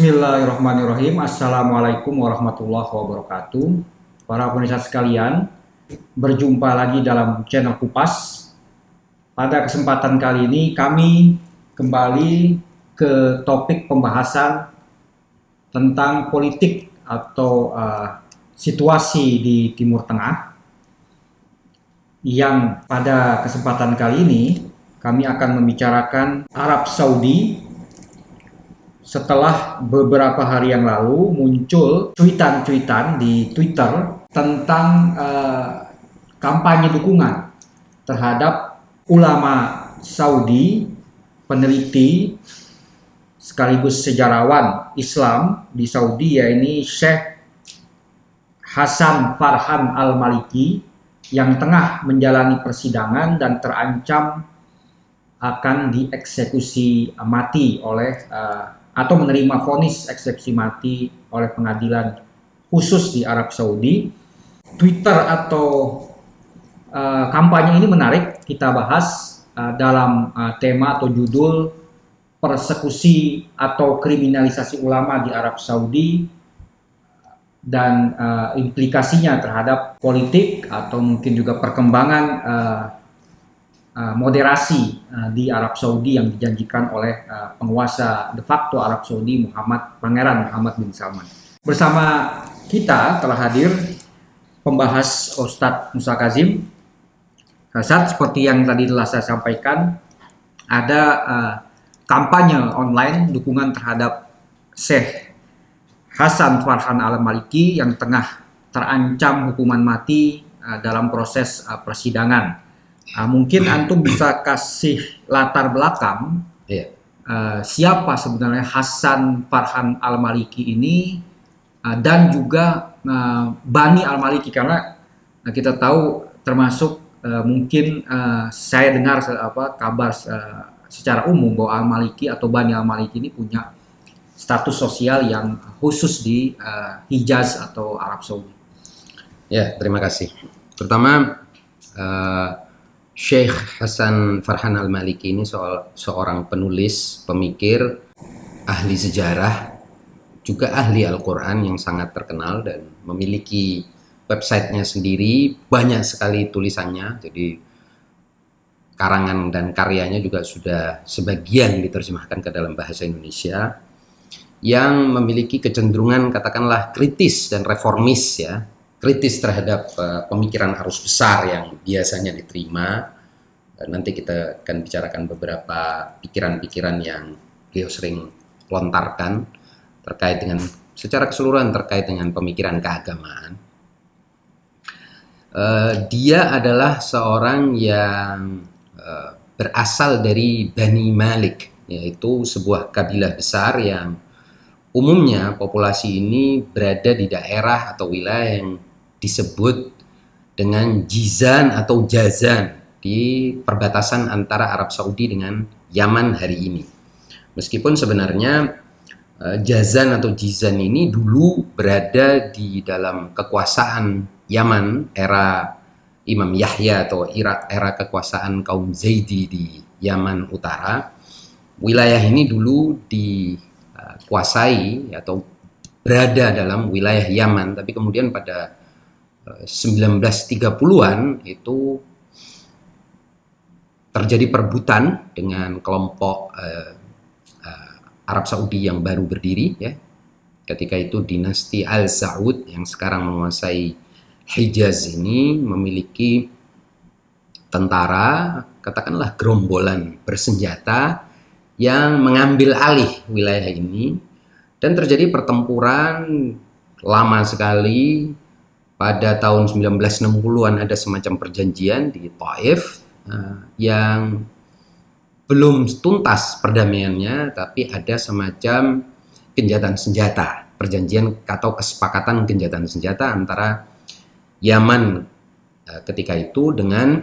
Bismillahirrahmanirrahim. Assalamualaikum warahmatullahi wabarakatuh. Para pemirsa sekalian, berjumpa lagi dalam channel Kupas. Pada kesempatan kali ini kami kembali ke topik pembahasan tentang politik atau situasi di Timur Tengah, yang pada kesempatan kali ini kami akan membicarakan Arab Saudi. Setelah beberapa hari yang lalu muncul cuitan-cuitan di Twitter tentang kampanye dukungan terhadap ulama Saudi, peneliti sekaligus sejarawan Islam di Saudi, yaitu Syekh Hasan Farhan Al-Maliki, yang tengah menjalani persidangan dan terancam akan dieksekusi mati oleh atau menerima vonis eksekusi mati oleh pengadilan khusus di Arab Saudi. Twitter atau kampanye ini menarik kita bahas dalam tema atau judul persekusi atau kriminalisasi ulama di Arab Saudi dan implikasinya terhadap politik atau mungkin juga perkembangan moderasi di Arab Saudi yang dijanjikan oleh penguasa de facto Arab Saudi Pangeran Muhammad bin Salman. Bersama kita telah hadir pembahas Ustadz Musa Kazim. Ustadz, seperti yang tadi telah saya sampaikan, ada kampanye online dukungan terhadap Syekh Hasan Farhan Al-Maliki yang tengah terancam hukuman mati dalam proses persidangan. Mungkin antum bisa kasih latar belakang siapa sebenarnya Hasan Farhan Al-Maliki ini dan juga Bani Al-Maliki, karena kita tahu termasuk mungkin saya dengar kabar secara umum bahwa Al-Maliki atau Bani Al-Maliki ini punya status sosial yang khusus di Hijaz atau Arab Saudi. Ya, terima kasih. Pertama, Syekh Hasan Farhan Al-Maliki ini seorang penulis, pemikir, ahli sejarah, juga ahli Al-Quran yang sangat terkenal dan memiliki websitenya sendiri, banyak sekali tulisannya, jadi karangan dan karyanya juga sudah sebagian diterjemahkan ke dalam bahasa Indonesia, yang memiliki kecenderungan katakanlah kritis dan reformis, ya, kritis terhadap pemikiran arus besar yang biasanya diterima. Nanti kita akan bicarakan beberapa pikiran-pikiran yang beliau sering lontarkan terkait dengan, secara keseluruhan terkait dengan pemikiran keagamaan. Dia adalah seorang yang berasal dari Bani Malik, yaitu sebuah kabilah besar yang umumnya populasi ini berada di daerah atau wilayah yang disebut dengan Jizan atau Jazan, di perbatasan antara Arab Saudi dengan Yaman hari ini. Meskipun sebenarnya Jazan atau Jizan ini dulu berada di dalam kekuasaan Yaman era Imam Yahya atau era kekuasaan kaum Zaidi di Yaman Utara. Wilayah ini dulu dikuasai atau berada dalam wilayah Yaman, tapi kemudian pada 1930-an itu terjadi perebutan dengan kelompok Arab Saudi yang baru berdiri, ya. Ketika itu dinasti Al Saud yang sekarang menguasai Hijaz ini memiliki tentara, katakanlah gerombolan bersenjata yang mengambil alih wilayah ini, dan terjadi pertempuran lama sekali. Pada tahun 1960-an ada semacam perjanjian di Taif yang belum tuntas perdamaiannya, tapi ada semacam gencatan senjata, perjanjian atau kesepakatan gencatan senjata antara Yaman ketika itu dengan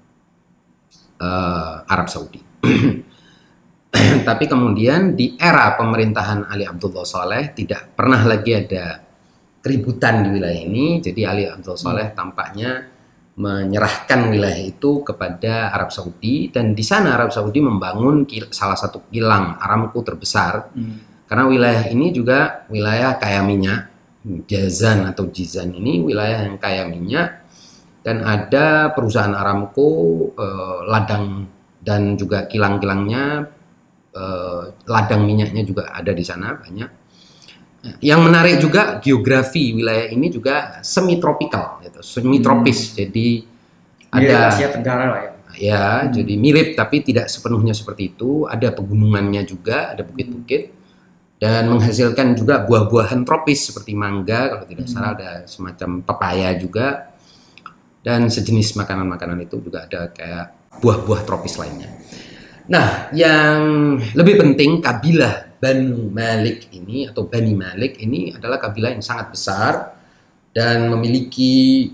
Arab Saudi. Tapi kemudian di era pemerintahan Ali Abdullah Saleh tidak pernah lagi ada keributan di wilayah ini. Jadi Ali Abdullah Saleh tampaknya menyerahkan wilayah itu kepada Arab Saudi, dan di sana Arab Saudi membangun salah satu kilang Aramco terbesar Karena wilayah ini juga wilayah kaya minyak. Jazan atau Jizan ini wilayah yang kaya minyak, dan ada perusahaan Aramco, ladang dan juga kilang-kilangnya, ladang minyaknya juga ada di sana banyak. Yang menarik juga geografi wilayah ini juga semi tropikal, gitu, semi tropis. Jadi ada Asia Tenggara lah ya. Ya, jadi mirip tapi tidak sepenuhnya seperti itu. Ada pegunungannya juga, ada bukit-bukit. Dan menghasilkan juga buah-buahan tropis seperti mangga, kalau tidak salah ada semacam pepaya juga, dan sejenis makanan-makanan itu juga ada kayak buah-buah tropis lainnya. Nah, yang lebih penting, kabilah Banu Malik ini atau Bani Malik ini adalah kabilah yang sangat besar dan memiliki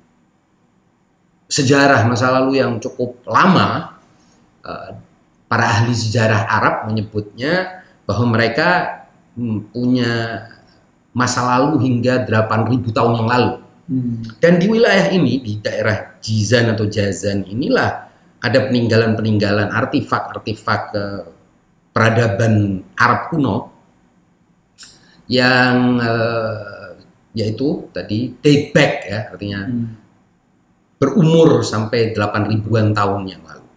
sejarah masa lalu yang cukup lama. Para ahli sejarah Arab menyebutnya bahwa mereka punya masa lalu hingga 8.000 tahun yang lalu. Dan di wilayah ini, di daerah Jizan atau Jazan inilah ada peninggalan-peninggalan artifak-artifak peradaban Arab kuno yang yaitu tadi date back ya, artinya berumur sampai 8.000-an tahun yang lalu.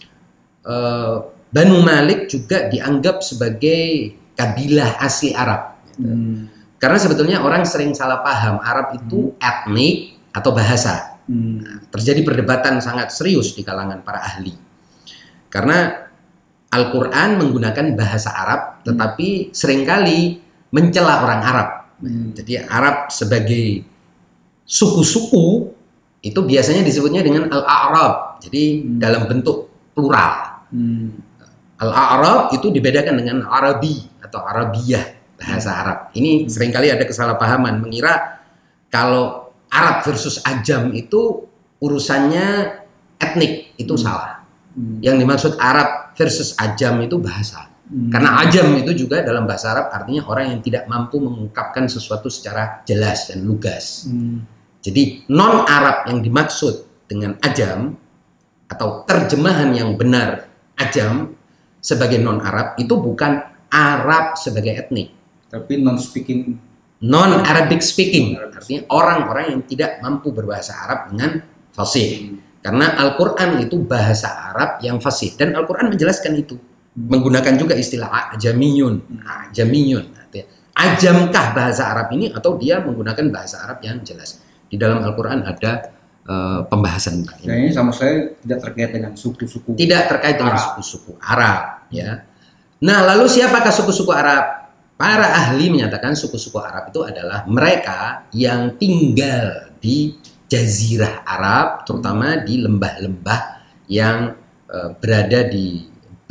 Banu Malik juga dianggap sebagai kabilah asli Arab. Karena sebetulnya orang sering salah paham Arab itu etnik atau bahasa. Nah, terjadi perdebatan sangat serius di kalangan para ahli. Karena Al-Quran menggunakan bahasa Arab, tetapi seringkali mencela orang Arab. Jadi Arab sebagai suku-suku itu biasanya disebutnya dengan Al-A'rab. Jadi dalam bentuk plural. Al-A'rab itu dibedakan dengan Arabi atau Arabiyah, bahasa Arab. Ini seringkali ada kesalahpahaman, mengira kalau Arab versus Ajam itu urusannya etnik, itu salah. Yang dimaksud Arab versus Ajam itu bahasa. Karena Ajam itu juga dalam bahasa Arab artinya orang yang tidak mampu mengungkapkan sesuatu secara jelas dan lugas. Jadi non-Arab yang dimaksud dengan Ajam atau terjemahan yang benar Ajam sebagai non-Arab itu bukan Arab sebagai etnik, tapi non-Arabic speaking, artinya orang-orang yang tidak mampu berbahasa Arab dengan fasih. Karena Al-Quran itu bahasa Arab yang fasih, dan Al-Quran menjelaskan itu, menggunakan juga istilah ajamiyun. Artinya, ajamkah bahasa Arab ini atau dia menggunakan bahasa Arab yang jelas? Di dalam Al-Quran ada pembahasan ini. Nah, ini sama saya tidak terkait dengan suku-suku. Tidak terkait dengan suku-suku Arab, ya. Nah, lalu siapakah suku-suku Arab? Para ahli menyatakan suku-suku Arab itu adalah mereka yang tinggal di Jazirah Arab, terutama di lembah-lembah yang berada di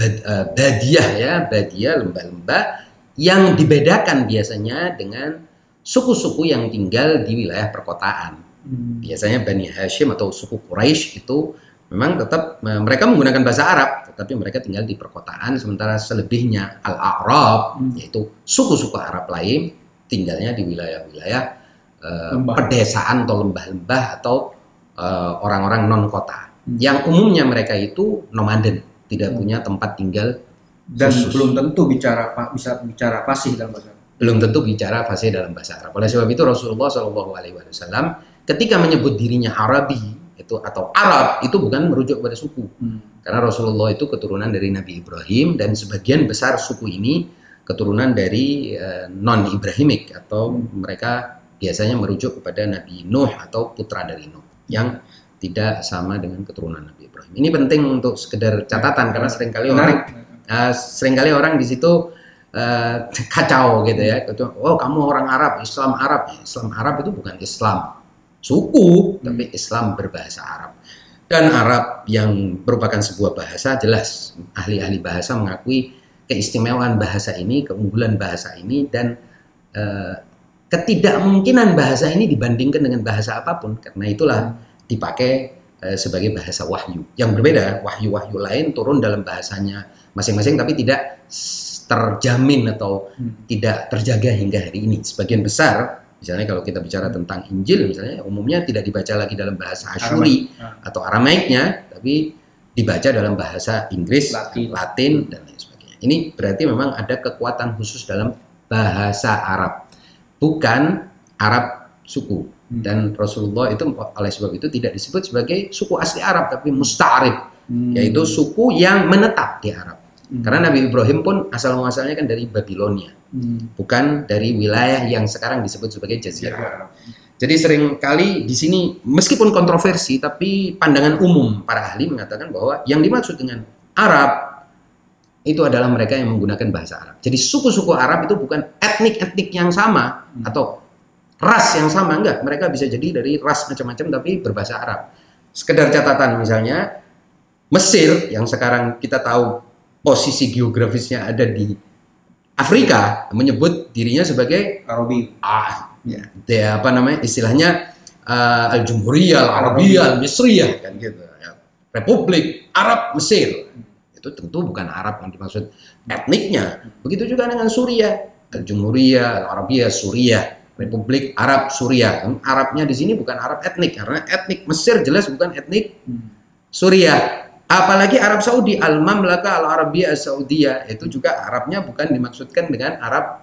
Badiyah, lembah-lembah yang dibedakan biasanya dengan suku-suku yang tinggal di wilayah perkotaan. Biasanya Bani Hashim atau suku Quraisy itu memang tetap mereka menggunakan bahasa Arab, tetapi mereka tinggal di perkotaan, sementara selebihnya Al-A'rab, yaitu suku-suku Arab lain, tinggalnya di wilayah-wilayah pedesaan atau lembah-lembah atau orang-orang non-kota. Yang umumnya mereka itu nomaden, tidak punya tempat tinggal dan khusus. Belum tentu bisa bicara fasih dalam bahasa Arab. Belum tentu bicara fasih dalam bahasa Arab. Oleh sebab itu Rasulullah SAW ketika menyebut dirinya Arabi itu atau Arab itu bukan merujuk pada suku. Karena Rasulullah itu keturunan dari Nabi Ibrahim, dan sebagian besar suku ini keturunan dari non-Ibrahimik, atau mereka biasanya merujuk kepada Nabi Nuh atau putra dari Nuh yang tidak sama dengan keturunan Nabi Ibrahim. Ini penting untuk sekedar catatan, karena seringkali orang di situ kacau gitu ya. Oh, kamu orang Arab, Islam Arab. Islam Arab itu bukan Islam suku, tapi Islam berbahasa Arab. Dan Arab yang merupakan sebuah bahasa, jelas ahli-ahli bahasa mengakui keistimewaan bahasa ini, keunggulan bahasa ini, dan ketidakmungkinan bahasa ini dibandingkan dengan bahasa apapun. Karena itulah dipakai sebagai bahasa wahyu. Yang berbeda, wahyu-wahyu lain turun dalam bahasanya masing-masing, tapi tidak terjamin atau tidak terjaga hingga hari ini. Sebagian besar, misalnya kalau kita bicara tentang Injil, misalnya umumnya tidak dibaca lagi dalam bahasa Asyuri atau Aramaiknya, tapi dibaca dalam bahasa Inggris, Latin dan lain sebagainya. Ini berarti memang ada kekuatan khusus dalam bahasa Arab, bukan Arab suku. Dan Rasulullah itu oleh sebab itu tidak disebut sebagai suku asli Arab, tapi musta'rib, yaitu suku yang menetap di Arab. Karena Nabi Ibrahim pun asal-muasalnya kan dari Babilonia, bukan dari wilayah yang sekarang disebut sebagai Jazirah Arab. Jadi seringkali di sini meskipun kontroversi, tapi pandangan umum para ahli mengatakan bahwa yang dimaksud dengan Arab itu adalah mereka yang menggunakan bahasa Arab. Jadi suku-suku Arab itu bukan etnik-etnik yang sama atau ras yang sama, enggak. Mereka bisa jadi dari ras macam-macam tapi berbahasa Arab. Sekedar catatan misalnya, Mesir yang sekarang kita tahu posisi geografisnya ada di Afrika menyebut dirinya sebagai Arabi. Apa namanya istilahnya Al-Jumhuriyah Al-Arabiyah Al-Misriyah kan gitu. Republik Arab Mesir. Itu tentu bukan Arab yang dimaksud etniknya. Begitu juga dengan Suriah, Al-Jumhuriyah Al-Arabiyah Suriah, Republik Arab Suriah. Arabnya di sini bukan Arab etnik, karena etnik Mesir jelas bukan etnik Suriah. Apalagi Arab Saudi, Al-Mamlakah Al-Arabiyah As-Saudiyah, itu juga Arabnya bukan dimaksudkan dengan Arab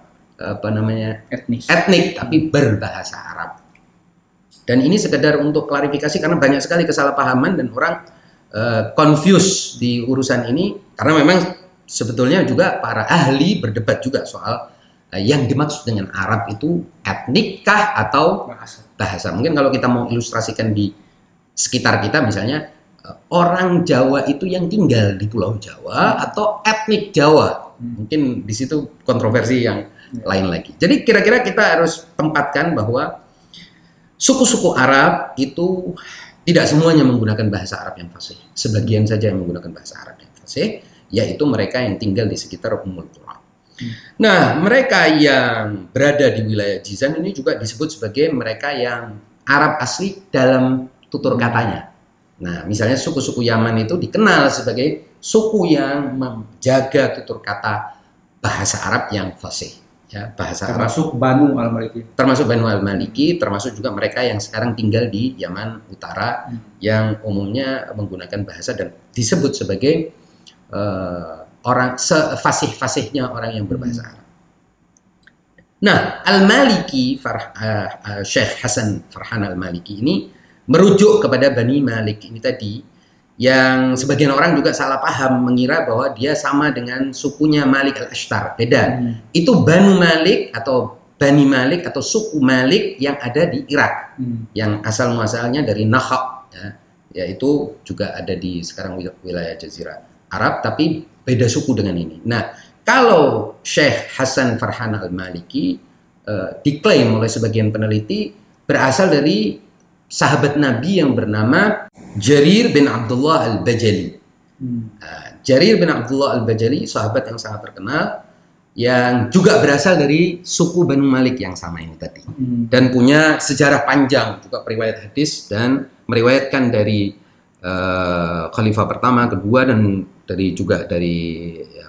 etnik, tapi berbahasa Arab. Dan ini sekedar untuk klarifikasi karena banyak sekali kesalahpahaman dan orang confuse di urusan ini, karena memang sebetulnya juga para ahli berdebat juga soal yang dimaksud dengan Arab itu etnik kah atau bahasa. Mungkin kalau kita mau ilustrasikan di sekitar kita misalnya orang Jawa itu yang tinggal di Pulau Jawa atau etnik Jawa. Mungkin di situ kontroversi yang lain lagi. Jadi kira-kira kita harus tempatkan bahwa suku-suku Arab itu tidak semuanya menggunakan bahasa Arab yang fasih. Sebagian saja yang menggunakan bahasa Arab yang fasih, yaitu mereka yang tinggal di sekitar Ummul Qura. Nah, mereka yang berada di wilayah Jizan ini juga disebut sebagai mereka yang Arab asli dalam tutur katanya. Nah, misalnya suku-suku Yaman itu dikenal sebagai suku yang menjaga tutur kata bahasa Arab yang fasih. Ya, bahasa termasuk Arab. Banu Al-Maliki. Termasuk Banu Al-Maliki, termasuk juga mereka yang sekarang tinggal di Yaman Utara yang umumnya menggunakan bahasa dan disebut sebagai orang sefasih-fasihnya orang yang berbahasa Arab. Nah, Al-Maliki, Syekh Hasan Farhan Al-Maliki ini merujuk kepada Bani Malik ini tadi, yang sebagian orang juga salah paham mengira bahwa dia sama dengan sukunya Malik Al-Ashtar. Beda. Itu Banu Malik atau Bani Malik atau suku Malik yang ada di Irak, yang asal muasalnya dari Nakha, yaitu juga ada di sekarang wilayah Jazirah Arab, tapi beda suku dengan ini. Nah, kalau Syekh Hasan Farhan Al-Maliki diklaim oleh sebagian peneliti berasal dari sahabat Nabi yang bernama Jarir bin Abdullah Al-Bajali. Jarir bin Abdullah Al-Bajali, sahabat yang sangat terkenal, yang juga berasal dari suku Banu Malik yang sama ini tadi. Dan punya sejarah panjang, juga periwayat hadis dan meriwayatkan dari khalifah pertama, kedua, dan juga dari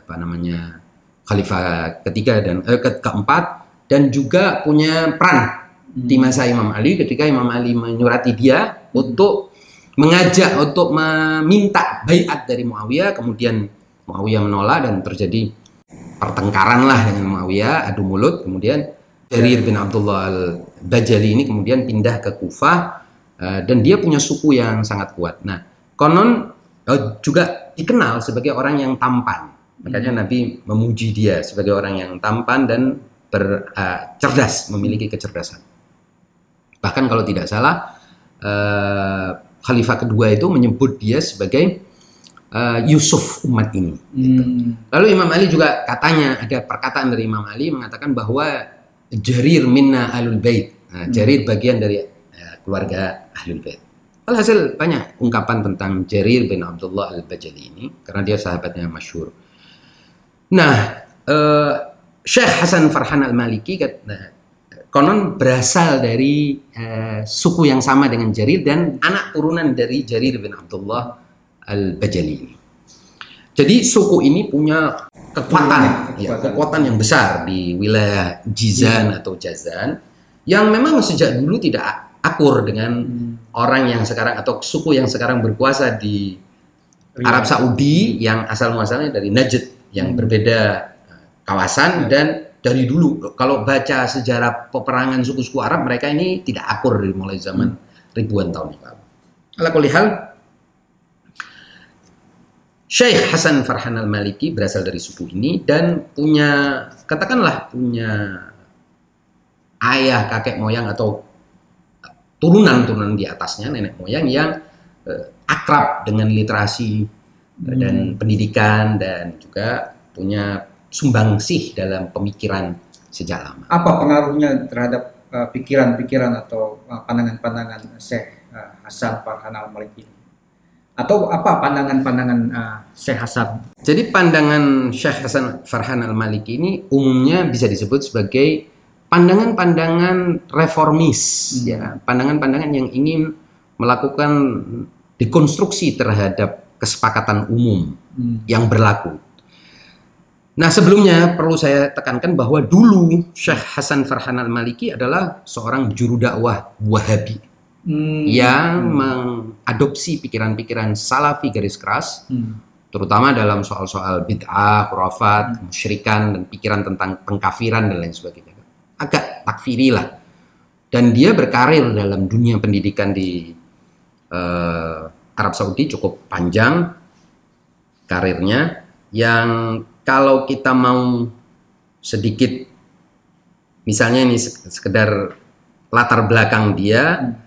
khalifah ketiga dan keempat, dan juga punya peran di masa Imam Ali ketika Imam Ali menyurati dia untuk mengajak untuk meminta baiat dari Muawiyah, kemudian Muawiyah menolak dan terjadi pertengkaran lah dengan Muawiyah, adu mulut. Kemudian Jarir bin Abdullah Al-Bajali ini kemudian pindah ke Kufah dan dia punya suku yang sangat kuat. Nah, konon juga dikenal sebagai orang yang tampan. Makanya Nabi memuji dia sebagai orang yang tampan dan cerdas, memiliki kecerdasan. Bahkan kalau tidak salah, Khalifah kedua itu menyebut dia sebagai Yusuf umat ini. Gitu. Lalu Imam Ali juga katanya, ada perkataan dari Imam Ali mengatakan bahwa Jarir minna ahlul bait. Jarir bagian dari keluarga ahlul bait. Alhasil banyak ungkapan tentang Jarir bin Abdullah Al-Bajali ini karena dia sahabatnya masyhur. Nah, Syekh Hasan Farhan Al-Maliki konon berasal dari suku yang sama dengan Jarir dan anak turunan dari Jarir bin Abdullah Al-Bajali ini. Jadi suku ini punya kekuatan yang besar di wilayah Jizan atau Jazan yang memang sejak dulu tidak akur dengan orang yang sekarang atau suku yang sekarang berkuasa di Arab Saudi yang asal muasalnya dari Najd yang berbeda kawasan dan dari dulu. Kalau baca sejarah peperangan suku-suku Arab, mereka ini tidak akur dari mulai zaman ribuan tahun yang lalu. Ala kulli hal, Syekh Hasan Farhan al-Maliki berasal dari suku ini dan punya, katakanlah punya ayah, kakek moyang atau turunan-turunan di atasnya, nenek moyang yang akrab dengan literasi dan pendidikan dan juga punya sumbangsih dalam pemikiran sejak lama. Apa pengaruhnya terhadap pikiran-pikiran atau pandangan-pandangan Syekh Hasan Farhan al-Maliki? Atau apa pandangan-pandangan Syekh Hasan? Jadi pandangan Syekh Hasan Farhan al-Maliki ini umumnya bisa disebut sebagai pandangan-pandangan reformis, ya, pandangan-pandangan yang ingin melakukan dekonstruksi terhadap kesepakatan umum yang berlaku. Nah, sebelumnya perlu saya tekankan bahwa dulu Syekh Hasan Farhan al-Maliki adalah seorang juru dakwah Wahabi yang mengadopsi pikiran-pikiran Salafi garis keras, terutama dalam soal-soal bid'ah, khurafat, musyrikan, dan pikiran tentang pengkafiran dan lain sebagainya. Agak takfiri lah. Dan dia berkarir dalam dunia pendidikan di Arab Saudi cukup panjang karirnya, yang kalau kita mau sedikit misalnya ini sekedar latar belakang dia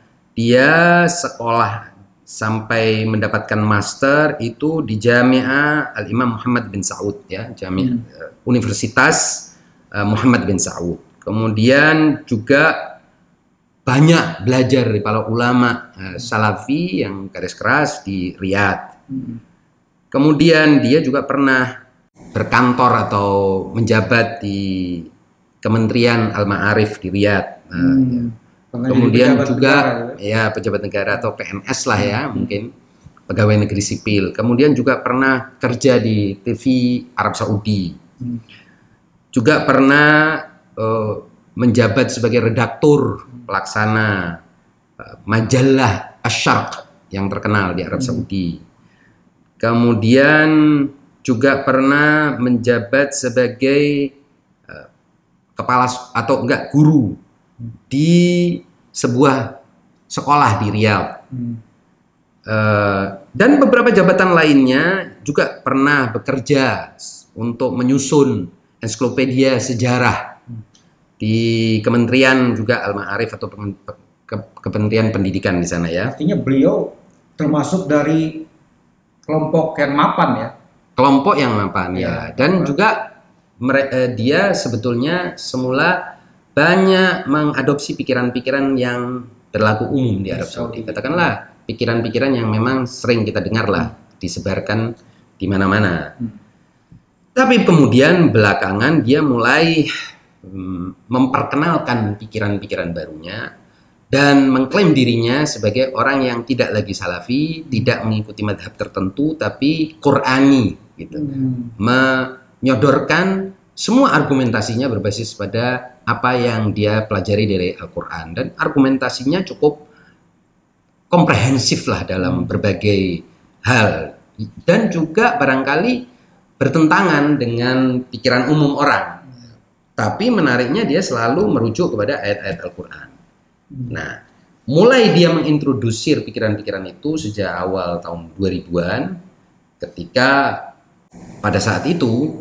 sekolah sampai mendapatkan master itu di Jami'ah Al-Imam Muhammad bin Saud, ya, Universitas Muhammad bin Saud. Kemudian juga banyak belajar dari para ulama Salafi yang garis keras di Riyadh. Kemudian dia juga pernah berkantor atau menjabat di Kementerian Al-Ma'arif di Riyadh. Kemudian juga pejabat negara atau PNS lah ya, mungkin pegawai negeri sipil. Kemudian juga pernah kerja di TV Arab Saudi. Juga pernah menjabat sebagai redaktur pelaksana majalah Asy-Syarq yang terkenal di Arab Saudi. Kemudian juga pernah menjabat sebagai kepala atau guru di sebuah sekolah di Riyadh. Dan beberapa jabatan lainnya juga pernah bekerja untuk menyusun ensiklopedia sejarah di Kementerian juga Al-Ma'arif atau Kementerian Pendidikan di sana, ya. Artinya beliau termasuk dari kelompok yang mapan, ya. Kelompok yang mapan, ya. Dan juga dia sebetulnya semula banyak mengadopsi pikiran-pikiran yang berlaku umum di Arab Saudi. Katakanlah pikiran-pikiran yang memang sering kita dengar lah disebarkan di mana-mana. Tapi kemudian belakangan dia mulai memperkenalkan pikiran-pikiran barunya dan mengklaim dirinya sebagai orang yang tidak lagi Salafi, tidak mengikuti madhab tertentu, tapi Qur'ani, gitu. Menyodorkan semua argumentasinya berbasis pada apa yang dia pelajari dari Al-Quran, dan argumentasinya cukup komprehensif lah dalam berbagai hal, dan juga barangkali bertentangan dengan pikiran umum orang. Tapi menariknya dia selalu merujuk kepada ayat-ayat Al-Quran. Nah, mulai dia mengintrodusir pikiran-pikiran itu sejak awal tahun 2000-an, ketika pada saat itu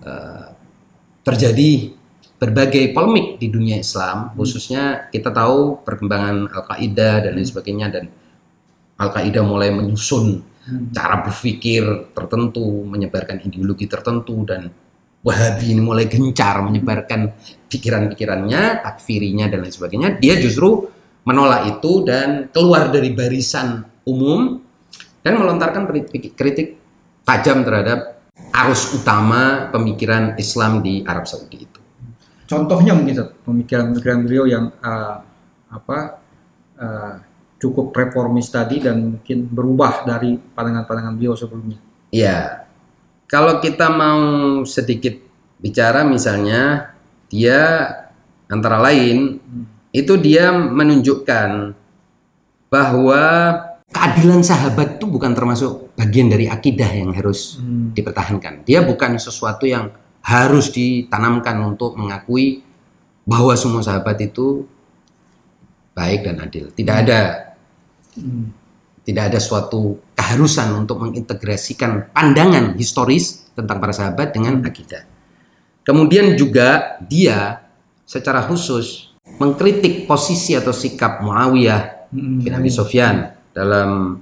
terjadi berbagai polemik di dunia Islam, khususnya kita tahu perkembangan Al-Qaeda dan lain sebagainya, dan Al-Qaeda mulai menyusun cara berpikir tertentu, menyebarkan ideologi tertentu, dan Wahabi ini mulai gencar menyebarkan pikiran-pikirannya, takfirinya dan lain sebagainya. Dia justru menolak itu dan keluar dari barisan umum dan melontarkan kritik tajam terhadap arus utama pemikiran Islam di Arab Saudi itu. Contohnya mungkin pemikiran-pemikiran beliau yang cukup reformis tadi dan mungkin berubah dari pandangan-pandangan beliau sebelumnya. Iya. Kalau kita mau sedikit bicara, misalnya dia antara lain itu dia menunjukkan bahwa keadilan sahabat itu bukan termasuk bagian dari akidah yang harus dipertahankan. Dia bukan sesuatu yang harus ditanamkan untuk mengakui bahwa semua sahabat itu baik dan adil. Tidak ada suatu keharusan untuk mengintegrasikan pandangan historis tentang para sahabat dengan akidah. Kemudian juga dia secara khusus mengkritik posisi atau sikap Muawiyah bin Abi Sufyan dalam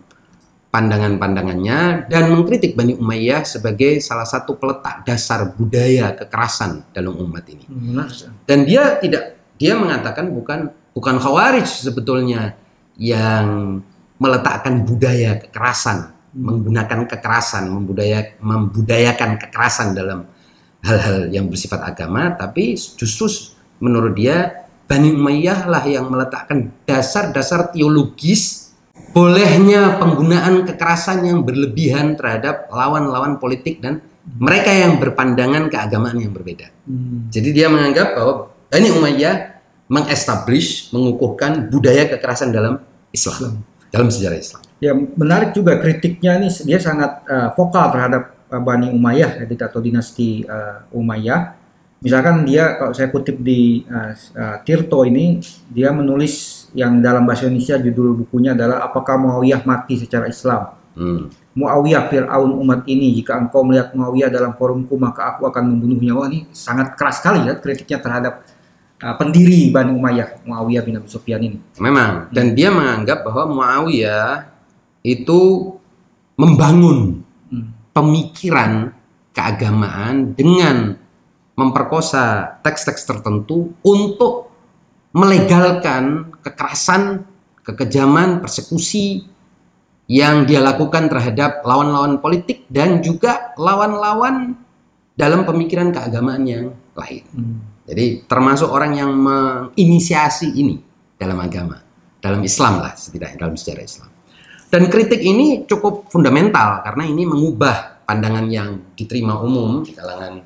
pandangan-pandangannya dan mengkritik Bani Umayyah sebagai salah satu peletak dasar budaya kekerasan dalam umat ini. Dan dia mengatakan bukan Khawarij sebetulnya yang meletakkan budaya kekerasan, menggunakan kekerasan, membudayakan kekerasan dalam hal-hal yang bersifat agama, tapi justru menurut dia Bani Umayyah lah yang meletakkan dasar-dasar teologis bolehnya penggunaan kekerasan yang berlebihan terhadap lawan-lawan politik dan mereka yang berpandangan keagamaan yang berbeda. Jadi dia menganggap bahwa Bani Umayyah mengestablish, mengukuhkan budaya kekerasan dalam Islam, dalam sejarah Islam. Ya, menarik juga kritiknya ini, dia sangat vokal terhadap Bani Umayyah atau dinasti Umayyah. Misalkan dia, kalau saya kutip di Tirto ini, dia menulis yang dalam bahasa Indonesia judul bukunya adalah Apakah Muawiyah Mati Secara Islam? Muawiyah Fir'aun umat ini, jika engkau melihat Muawiyah dalam forumku maka aku akan membunuhnya. Wah, ini sangat keras sekali ya kritiknya terhadap pendiri Bani Umayyah, Muawiyah bin Abi Sufyan ini. Memang, dan dia menganggap bahwa Muawiyah itu membangun pemikiran keagamaan dengan memperkosa teks-teks tertentu untuk melegalkan kekerasan, kekejaman, persekusi yang dia lakukan terhadap lawan-lawan politik dan juga lawan-lawan dalam pemikiran keagamaan yang lain. Jadi termasuk orang yang menginisiasi ini dalam agama, dalam Islam lah setidaknya, dalam sejarah Islam. Dan kritik ini cukup fundamental karena ini mengubah pandangan yang diterima umum di kalangan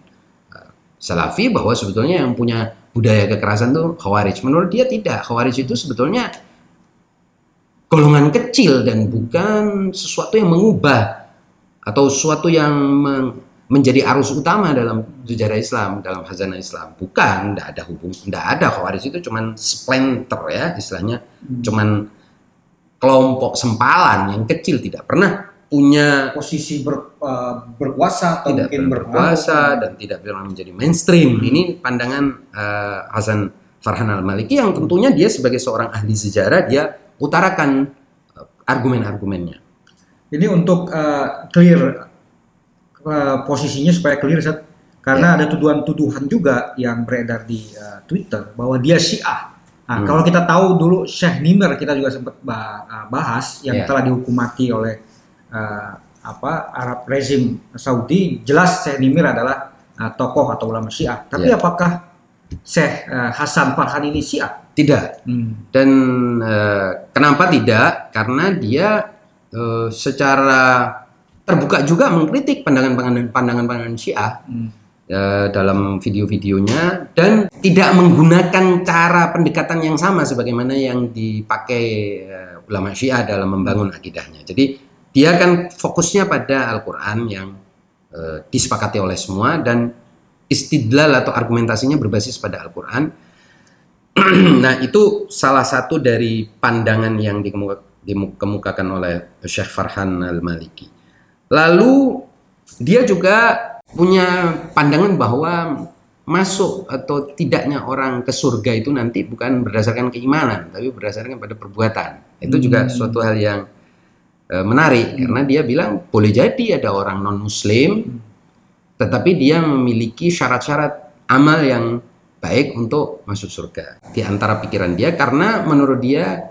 Salafi bahwa sebetulnya yang punya budaya kekerasan itu Khawarij. Menurut dia tidak. Khawarij itu sebetulnya golongan kecil dan bukan sesuatu yang mengubah atau sesuatu yang menjadi arus utama dalam sejarah Islam, dalam khazanah Islam. Bukan, tidak ada Khawarij itu cuman splinter ya istilahnya, cuman kelompok sempalan yang kecil, tidak pernah punya posisi berkuasa atau tidak mungkin berkuasa dan tidak pernah menjadi mainstream. Ini pandangan Hasan Farhan Al-Maliki yang tentunya dia sebagai seorang ahli sejarah dia utarakan argumen-argumennya. Ini untuk clear posisinya supaya clear, karena ada tuduhan-tuduhan juga yang beredar di Twitter bahwa dia Syiah. Nah, kalau kita tahu dulu Syekh Nimr, kita juga sempat bahas yang telah dihukum mati oleh Arab rezim Saudi. Jelas Syekh Nimr adalah tokoh atau ulama Syiah. Tapi apakah Syekh Hasan Farhan ini Syiah? Tidak. Dan kenapa tidak? Karena dia secara terbuka juga mengkritik pandangan Syiah dalam video-videonya dan tidak menggunakan cara pendekatan yang sama sebagaimana yang dipakai ulama Syiah dalam membangun akidahnya. Jadi dia kan fokusnya pada Al-Quran yang disepakati oleh semua dan istidlal atau argumentasinya berbasis pada Al-Quran. Nah, itu salah satu dari pandangan yang dikemukakan oleh Syekh Farhan Al-Maliki. Lalu dia juga punya pandangan bahwa masuk atau tidaknya orang ke surga itu nanti bukan berdasarkan keimanan, tapi berdasarkan pada perbuatan. Itu juga suatu hal yang menarik karena dia bilang boleh jadi ada orang non-muslim tetapi dia memiliki syarat-syarat amal yang baik untuk masuk surga. Di antara pikiran dia, karena menurut dia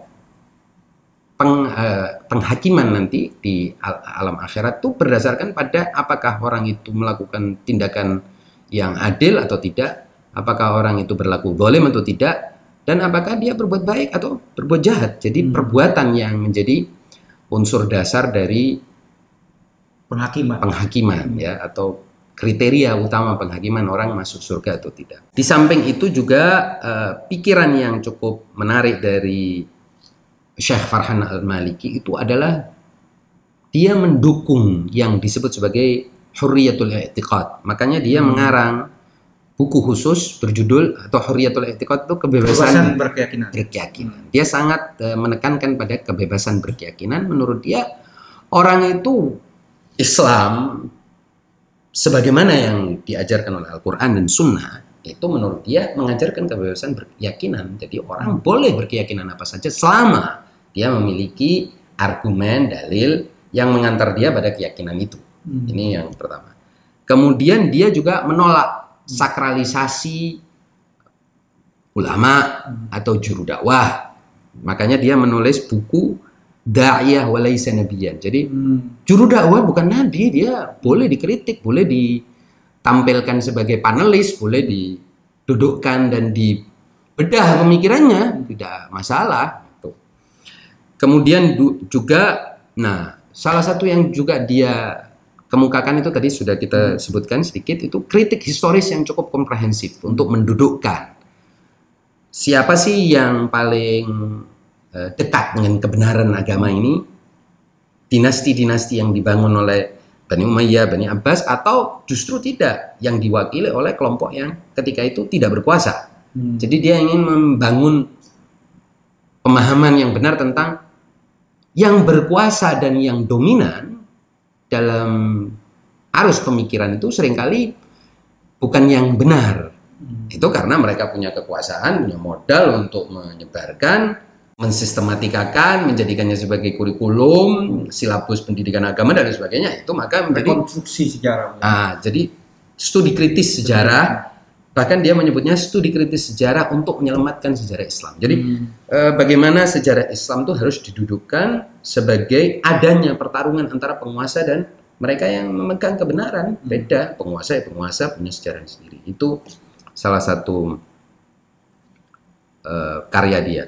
penghakiman nanti di alam akhirat itu berdasarkan pada apakah orang itu melakukan tindakan yang adil atau tidak, apakah orang itu berlaku zalim atau tidak, dan apakah dia berbuat baik atau berbuat jahat. Jadi perbuatan yang menjadi unsur dasar dari penghakiman ya, atau kriteria utama penghakiman orang masuk surga atau tidak. Di samping itu juga pikiran yang cukup menarik dari Syekh Farhan Al-Maliki itu adalah dia mendukung yang disebut sebagai Hurriyatul I'tiqad. Makanya dia mengarang buku khusus berjudul atau Hurriyatul I'tiqad itu kebebasan berkeyakinan. Dia sangat menekankan pada kebebasan berkeyakinan. Menurut dia orang itu Islam sebagaimana yang diajarkan oleh Al-Quran dan Sunnah itu menurut dia mengajarkan kebebasan berkeyakinan. Jadi orang boleh berkeyakinan apa saja selama dia memiliki argumen, dalil yang mengantar dia pada keyakinan itu. Ini yang pertama. Kemudian dia juga menolak sakralisasi ulama atau juru dakwah. Makanya dia menulis buku Da'iyah walaysa nabiyan. Jadi juru dakwah bukan nabi, dia boleh dikritik, boleh ditampilkan sebagai panelis, boleh didudukkan dan dibedah pemikirannya, tidak masalah. Kemudian juga, nah salah satu yang juga dia kemukakan itu tadi sudah kita sebutkan sedikit, itu kritik historis yang cukup komprehensif untuk mendudukkan siapa sih yang paling dekat dengan kebenaran agama ini, dinasti-dinasti yang dibangun oleh Bani Umayyah, Bani Abbas, atau justru tidak, yang diwakili oleh kelompok yang ketika itu tidak berkuasa. Jadi dia ingin membangun pemahaman yang benar tentang yang berkuasa dan yang dominan dalam arus pemikiran itu seringkali bukan yang benar. Itu karena mereka punya kekuasaan, punya modal untuk menyebarkan, mensistematikakan, menjadikannya sebagai kurikulum, silabus pendidikan agama dan sebagainya. Itu maka menjadi konstruksi sejarah. Jadi studi kritis sejarah, bahkan dia menyebutnya studi kritis sejarah untuk menyelamatkan sejarah Islam. Jadi bagaimana sejarah Islam itu harus didudukkan sebagai adanya pertarungan antara penguasa dan mereka yang memegang kebenaran. Beda, penguasa punya sejarah sendiri. Itu salah satu karya dia.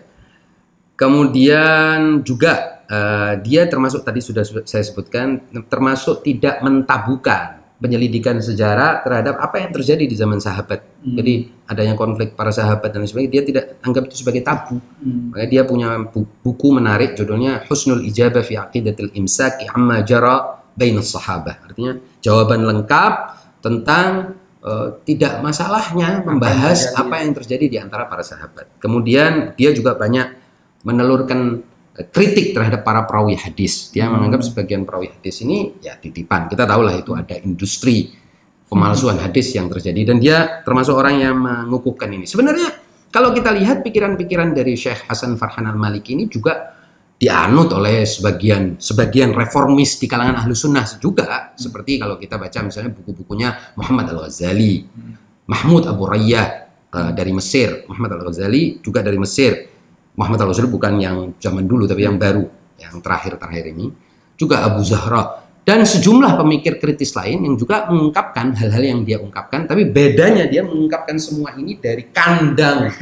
Kemudian juga dia termasuk tadi sudah saya sebutkan, termasuk tidak mentabukan penyelidikan sejarah terhadap apa yang terjadi di zaman sahabat. Jadi adanya konflik para sahabat dan sebagainya, dia tidak anggap itu sebagai tabu. Makanya dia punya buku menarik judulnya Husnul Ijabah fi Aqidatil Imsaki Amma Jara Bainas Sahabah. Artinya jawaban lengkap tentang tidak masalahnya membahas apa yang terjadi di antara para sahabat. Kemudian dia juga banyak menelurkan kritik terhadap para perawi hadis. Dia menganggap sebagian perawi hadis ini ya titipan. Kita tahulah itu ada industri pemalsuan hadis yang terjadi, dan dia termasuk orang yang mengukuhkan ini. Sebenarnya kalau kita lihat pikiran-pikiran dari Syekh Hasan Farhan Al-Maliki ini juga dianut oleh sebagian reformis di kalangan ahlu sunnah juga. Seperti kalau kita baca misalnya buku-bukunya Muhammad Al-Ghazali, Mahmud Abu Rayyah dari Mesir, Muhammad Al-Ghazali juga dari Mesir. Muhammad Al-Ghazali bukan yang zaman dulu tapi yang baru, yang terakhir ini. Juga Abu Zahra dan sejumlah pemikir kritis lain yang juga mengungkapkan hal-hal yang dia ungkapkan, tapi bedanya dia mengungkapkan semua ini dari kandang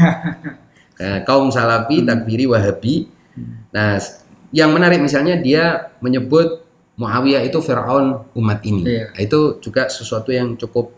kaum Salafi, Takfiri, Wahabi. Nah, yang menarik misalnya dia menyebut Muawiyah itu Fir'aun umat ini. Nah, itu juga sesuatu yang cukup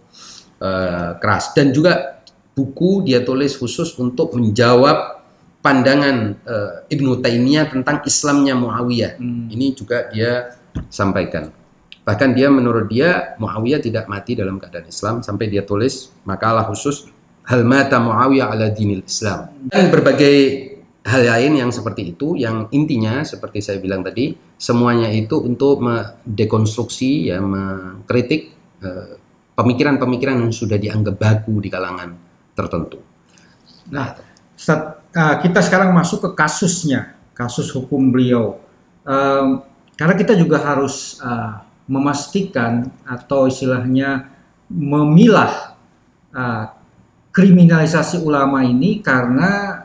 keras, dan juga buku dia tulis khusus untuk menjawab pandangan Ibnu Taimiyah tentang Islamnya Muawiyah. Ini juga dia sampaikan. Bahkan dia menurut dia Muawiyah tidak mati dalam keadaan Islam, sampai dia tulis makalah khusus Hal mata Muawiyah ala dinil Islam. Dan berbagai hal lain yang seperti itu, yang intinya seperti saya bilang tadi, semuanya itu untuk mendekonstruksi, ya, mengkritik pemikiran-pemikiran yang sudah dianggap baku di kalangan tertentu. Nah, kita sekarang masuk ke kasusnya, kasus hukum beliau. Karena kita juga harus memastikan atau istilahnya memilah kriminalisasi ulama ini, karena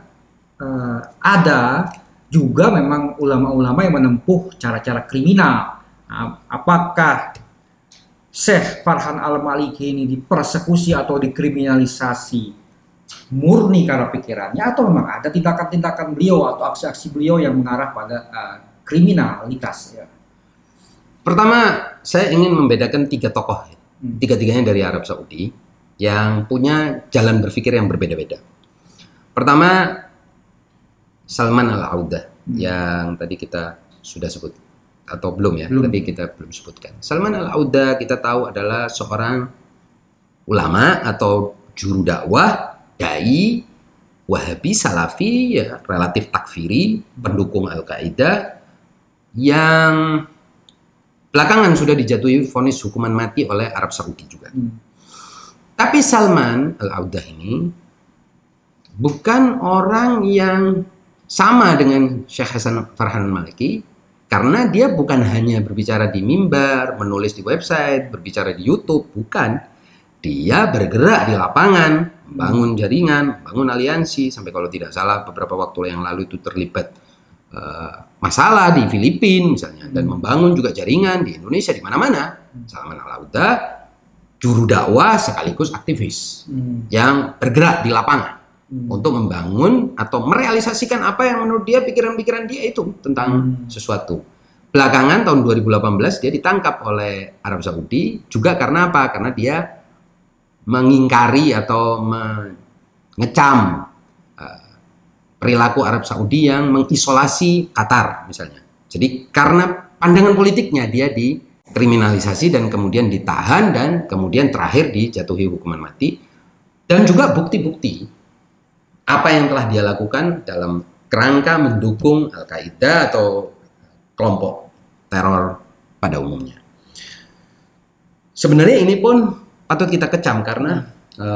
ada juga memang ulama-ulama yang menempuh cara-cara kriminal. Apakah Syekh Farhan Al-Maliki ini dipersekusi atau dikriminalisasi murni karena pikirannya, atau memang ada tindakan-tindakan beliau atau aksi-aksi beliau yang mengarah pada kriminalitas? Ya. Pertama, saya ingin membedakan tiga tokoh, tiga-tiganya dari Arab Saudi, yang punya jalan berpikir yang berbeda-beda. Pertama, Salman Al-Audah, yang tadi kita sudah sebut. atau belum ya? Belum. Tapi kita belum sebutkan. Salman Al-Auda kita tahu adalah seorang ulama atau juru dakwah, dai, Wahabi, Salafi, ya, relatif takfiri, pendukung Al-Qaeda yang belakangan sudah dijatuhi vonis hukuman mati oleh Arab Saudi juga. Tapi Salman Al-Auda ini bukan orang yang sama dengan Syekh Hasan Farhan Al-Maliki, karena dia bukan hanya berbicara di mimbar, menulis di website, berbicara di YouTube, bukan. Dia bergerak di lapangan, membangun jaringan, membangun aliansi, sampai kalau tidak salah beberapa waktu yang lalu itu terlibat masalah di Filipina misalnya, dan membangun juga jaringan di Indonesia, di mana-mana. Salman Al-Auda juru dakwah sekaligus aktivis yang bergerak di lapangan untuk membangun atau merealisasikan apa yang menurut dia pikiran-pikiran dia itu tentang sesuatu. Belakangan tahun 2018 dia ditangkap oleh Arab Saudi juga karena apa? Karena dia mengingkari atau mengecam perilaku Arab Saudi yang mengisolasi Qatar misalnya. Jadi karena pandangan politiknya dia dikriminalisasi dan kemudian ditahan dan kemudian terakhir dijatuhi hukuman mati, dan juga bukti-bukti apa yang telah dia lakukan dalam kerangka mendukung Al-Qaeda atau kelompok teror pada umumnya. Sebenarnya ini pun patut kita kecam karena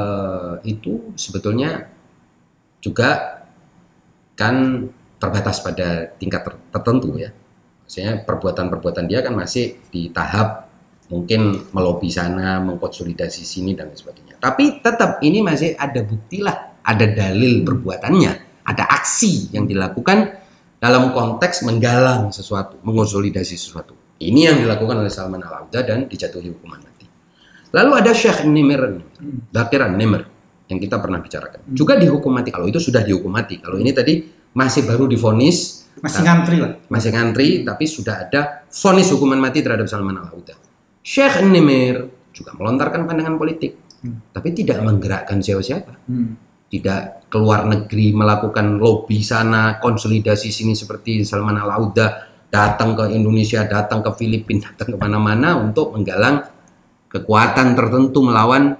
itu sebetulnya juga kan terbatas pada tingkat tertentu ya. Maksudnya perbuatan-perbuatan dia kan masih di tahap mungkin melobi sana, mengkonsolidasi sini dan sebagainya. Tapi tetap ini masih ada bukti lah. Ada dalil perbuatannya, ada aksi yang dilakukan dalam konteks menggalang sesuatu, mengonsolidasi sesuatu. Ini yang dilakukan oleh Salman Al-Auda dan dijatuhi hukuman mati. Lalu ada Syekh Nimr, Bakir Nimr, yang kita pernah bicarakan. Juga dihukum mati. Kalau itu sudah dihukum mati. Kalau ini tadi masih baru divonis. Masih ngantri lah. Masih ngantri, tapi sudah ada vonis hukuman mati terhadap Salman Al-Auda. Syekh Nimr juga melontarkan pandangan politik, tapi tidak menggerakkan siapa-siapa. Tidak keluar negeri melakukan lobby sana, konsolidasi sini seperti Salman Al-Auda, datang ke Indonesia, datang ke Filipina, datang ke mana-mana untuk menggalang kekuatan tertentu melawan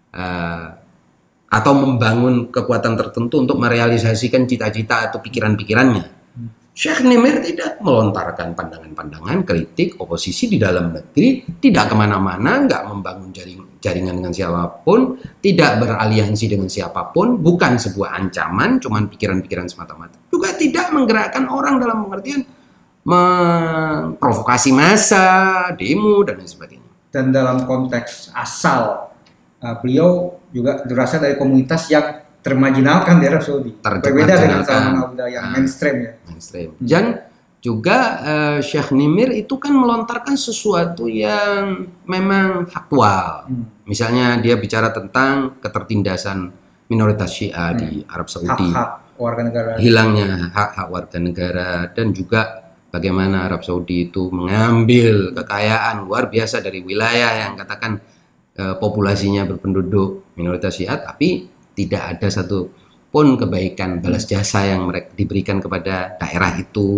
atau membangun kekuatan tertentu untuk merealisasikan cita-cita atau pikiran-pikirannya. Syekh Nimr tidak melontarkan pandangan-pandangan kritik oposisi di dalam negeri, tidak kemana-mana, nggak membangun jaringan dengan siapapun, tidak beraliansi dengan siapapun, bukan sebuah ancaman, cuman pikiran-pikiran semata-mata. Juga tidak menggerakkan orang dalam pengertian memprovokasi massa, demo, dan lain sebagainya. Dan dalam konteks asal, beliau juga berasal dari komunitas yang termarginalkan di Arab Saudi. Berbeda dengan Salman Al-Auda yang mainstream ya. Mainstream. Dan juga Syekh Nimr itu kan melontarkan sesuatu yang memang faktual. Misalnya dia bicara tentang ketertindasan minoritas Syiah di Arab Saudi. Hak-hak warga negara. Hilangnya hak-hak warga negara, dan juga bagaimana Arab Saudi itu mengambil kekayaan luar biasa dari wilayah yang katakan populasinya berpenduduk minoritas Syiah, tapi tidak ada satu pun kebaikan balas jasa yang mereka diberikan kepada daerah itu.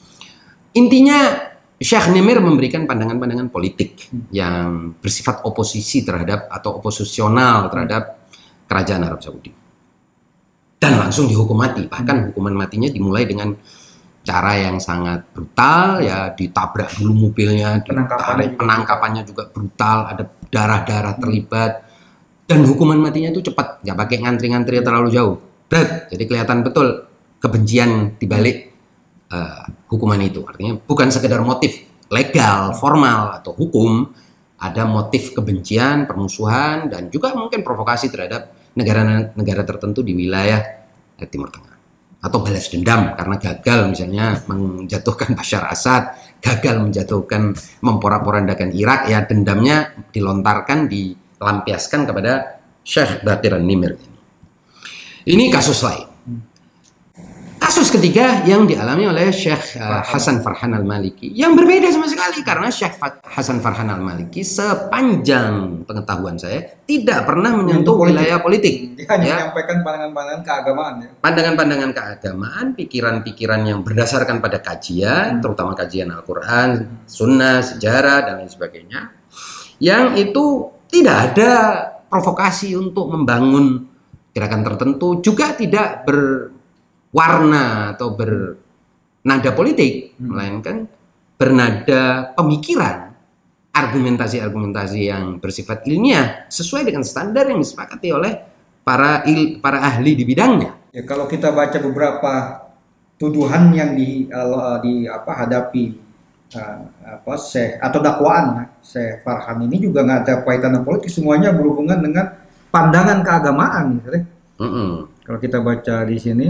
Intinya Syekh Nimr memberikan pandangan-pandangan politik yang bersifat oposisi terhadap atau oposisional terhadap kerajaan Arab Saudi. Dan langsung dihukum mati. Bahkan hukuman matinya dimulai dengan cara yang sangat brutal, ya, ditabrak dulu mobilnya, penangkapannya juga brutal, ada darah-darah terlibat. Dan hukuman matinya itu cepat, nggak pakai ngantri-ngantri terlalu jauh. Jadi kelihatan betul kebencian dibalik hukuman itu. Artinya bukan sekedar motif legal, formal atau hukum, ada motif kebencian, permusuhan, dan juga mungkin provokasi terhadap negara-negara tertentu di wilayah Timur Tengah. Atau balas dendam karena gagal misalnya menjatuhkan Bashar Assad, gagal menjatuhkan memporak-porandakan Irak, ya dendamnya dilontarkan, dilampiaskan kepada Syekh Bakir Nimr. Ini kasus lain. Kasus ketiga yang dialami oleh Syekh Hasan Farhan Al-Maliki yang berbeda sama sekali, karena Syekh Hasan Farhan Al-Maliki sepanjang pengetahuan saya tidak pernah menyentuh wilayah politik. Dia hanya menyampaikan pandangan-pandangan keagamaan. Ya. Pandangan-pandangan keagamaan, pikiran-pikiran yang berdasarkan pada kajian, terutama kajian Al-Quran, Sunnah, sejarah, dan lain sebagainya. Yang itu tidak ada provokasi untuk membangun gerakan tertentu, juga tidak berwarna atau bernada politik, melainkan bernada pemikiran, argumentasi-argumentasi yang bersifat ilmiah sesuai dengan standar yang disepakati oleh para ahli di bidangnya. Ya, kalau kita baca beberapa tuduhan yang hadapi Syekh atau dakwaan Syekh Farhan ini juga nggak ada kaitan politik, semuanya berhubungan dengan pandangan keagamaan, gitu. Kalau kita baca di sini.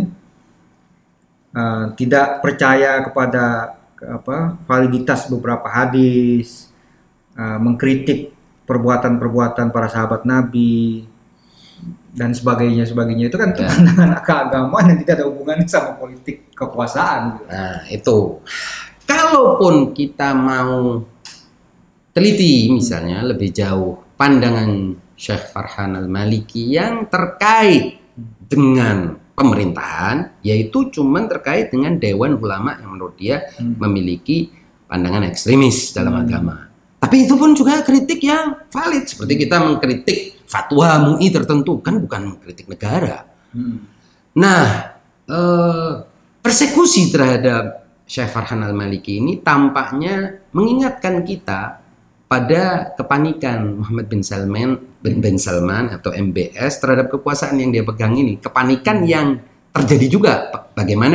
Tidak percaya kepada validitas beberapa hadis, mengkritik perbuatan-perbuatan para sahabat Nabi dan sebagainya itu kan pandangan keagamaan yang tidak ada hubungannya sama politik kekuasaan. Nah itu, kalaupun kita mau teliti misalnya lebih jauh pandangan Syekh Farhan Al-Maliki yang terkait dengan pemerintahan, yaitu cuman terkait dengan Dewan Ulama yang menurut dia memiliki pandangan ekstremis dalam agama. Tapi itu pun juga kritik yang valid, seperti kita mengkritik fatwa MUI tertentu, kan bukan mengkritik negara. Nah, persekusi terhadap Syekh Farhan Al-Maliki ini tampaknya mengingatkan kita pada kepanikan Muhammad bin Salman atau MBS terhadap kekuasaan yang dia pegang ini. Kepanikan yang terjadi juga bagaimana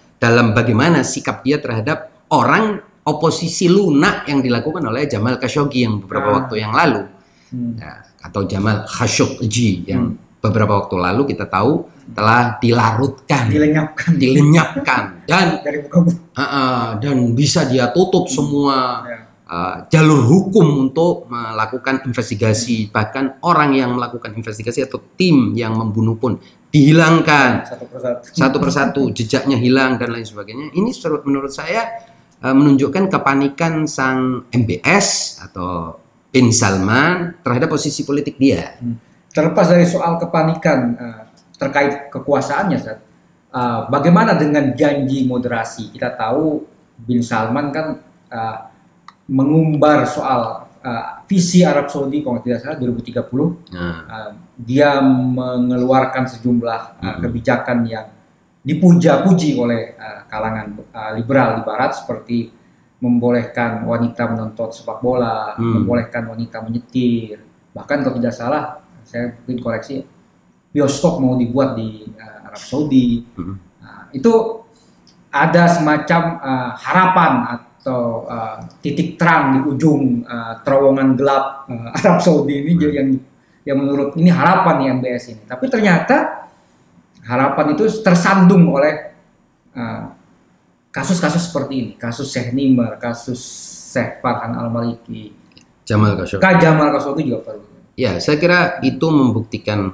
sikap dia terhadap orang oposisi lunak yang dilakukan oleh Jamal Khashoggi yang beberapa waktu yang lalu. Atau Jamal Khashoggi yang beberapa waktu lalu kita tahu telah dilenyapkan dan bisa dia tutup semua jalur hukum untuk melakukan investigasi, bahkan orang yang melakukan investigasi atau tim yang membunuh pun dihilangkan satu persatu, jejaknya hilang dan lain sebagainya. Ini menurut saya menunjukkan kepanikan sang MBS atau bin Salman terhadap posisi politik dia. Terlepas dari soal kepanikan terkait kekuasaannya, bagaimana dengan janji moderasi? Kita tahu bin Salman kan mengumbar soal visi Arab Saudi kalau tidak salah 2030. Dia mengeluarkan sejumlah kebijakan yang dipuja-puji oleh kalangan liberal di Barat, seperti membolehkan wanita menonton sepak bola, membolehkan wanita menyetir, bahkan kalau tidak salah, saya mungkin koreksi, bioskop mau dibuat di Arab Saudi. Itu ada semacam harapan atau titik terang di ujung terowongan gelap Arab Saudi ini yang menurut ini harapan nih MBS ini. Tapi ternyata harapan itu tersandung oleh kasus-kasus seperti ini, kasus Syekh Nimr, kasus Syekh Farhan Al-Maliki, Jamal Khashoggi juga perlu. Ya, saya kira itu membuktikan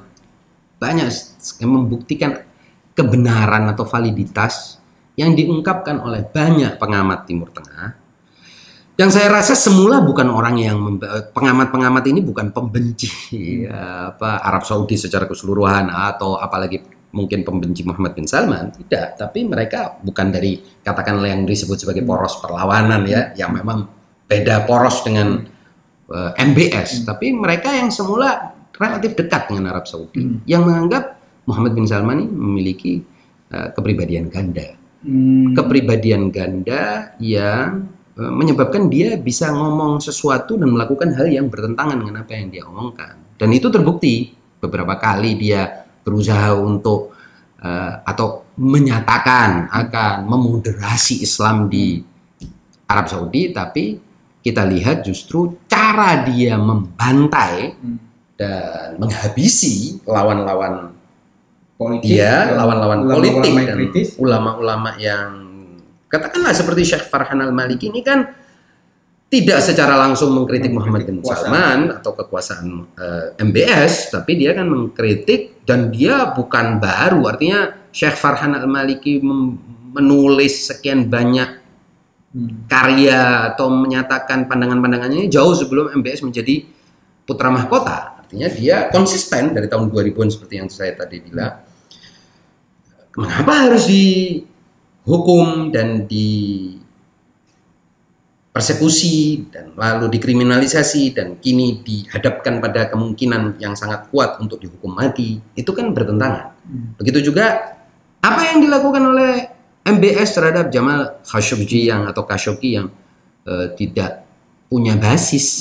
kebenaran atau validitas yang diungkapkan oleh banyak pengamat Timur Tengah. Yang saya rasa semula bukan orang yang pengamat-pengamat ini bukan pembenci Arab Saudi secara keseluruhan atau apalagi mungkin pembenci Muhammad bin Salman, tidak, tapi mereka bukan dari katakanlah yang disebut sebagai poros perlawanan yang memang beda poros dengan MBS, tapi mereka yang semula relatif dekat dengan Arab Saudi, yang menganggap Muhammad bin Salman ini memiliki kepribadian ganda. Kepribadian ganda yang menyebabkan dia bisa ngomong sesuatu dan melakukan hal yang bertentangan dengan apa yang dia omongkan. Dan itu terbukti beberapa kali dia berusaha untuk atau menyatakan akan memoderasi Islam di Arab Saudi, tapi kita lihat justru cara dia membantai dan menghabisi lawan-lawan politik, lawan-lawan politik dan ulama-ulama yang katakanlah seperti Syekh Farhan Al-Maliki ini kan tidak secara langsung mengkritik Muhammad bin Salman atau kekuasaan MBS, tapi dia kan mengkritik dan dia bukan baru, artinya Syekh Farhan Al-Maliki menulis sekian banyak karya atau menyatakan pandangan-pandangannya jauh sebelum MBS menjadi putra mahkota. Artinya dia konsisten dari tahun 2000-an seperti yang saya tadi bilang. Mengapa harus dihukum dan dipersekusi dan lalu dikriminalisasi dan kini dihadapkan pada kemungkinan yang sangat kuat untuk dihukum mati? Itu kan bertentangan. Begitu juga apa yang dilakukan oleh MBS terhadap Jamal Khashoggi atau Khashoggi yang tidak punya basis,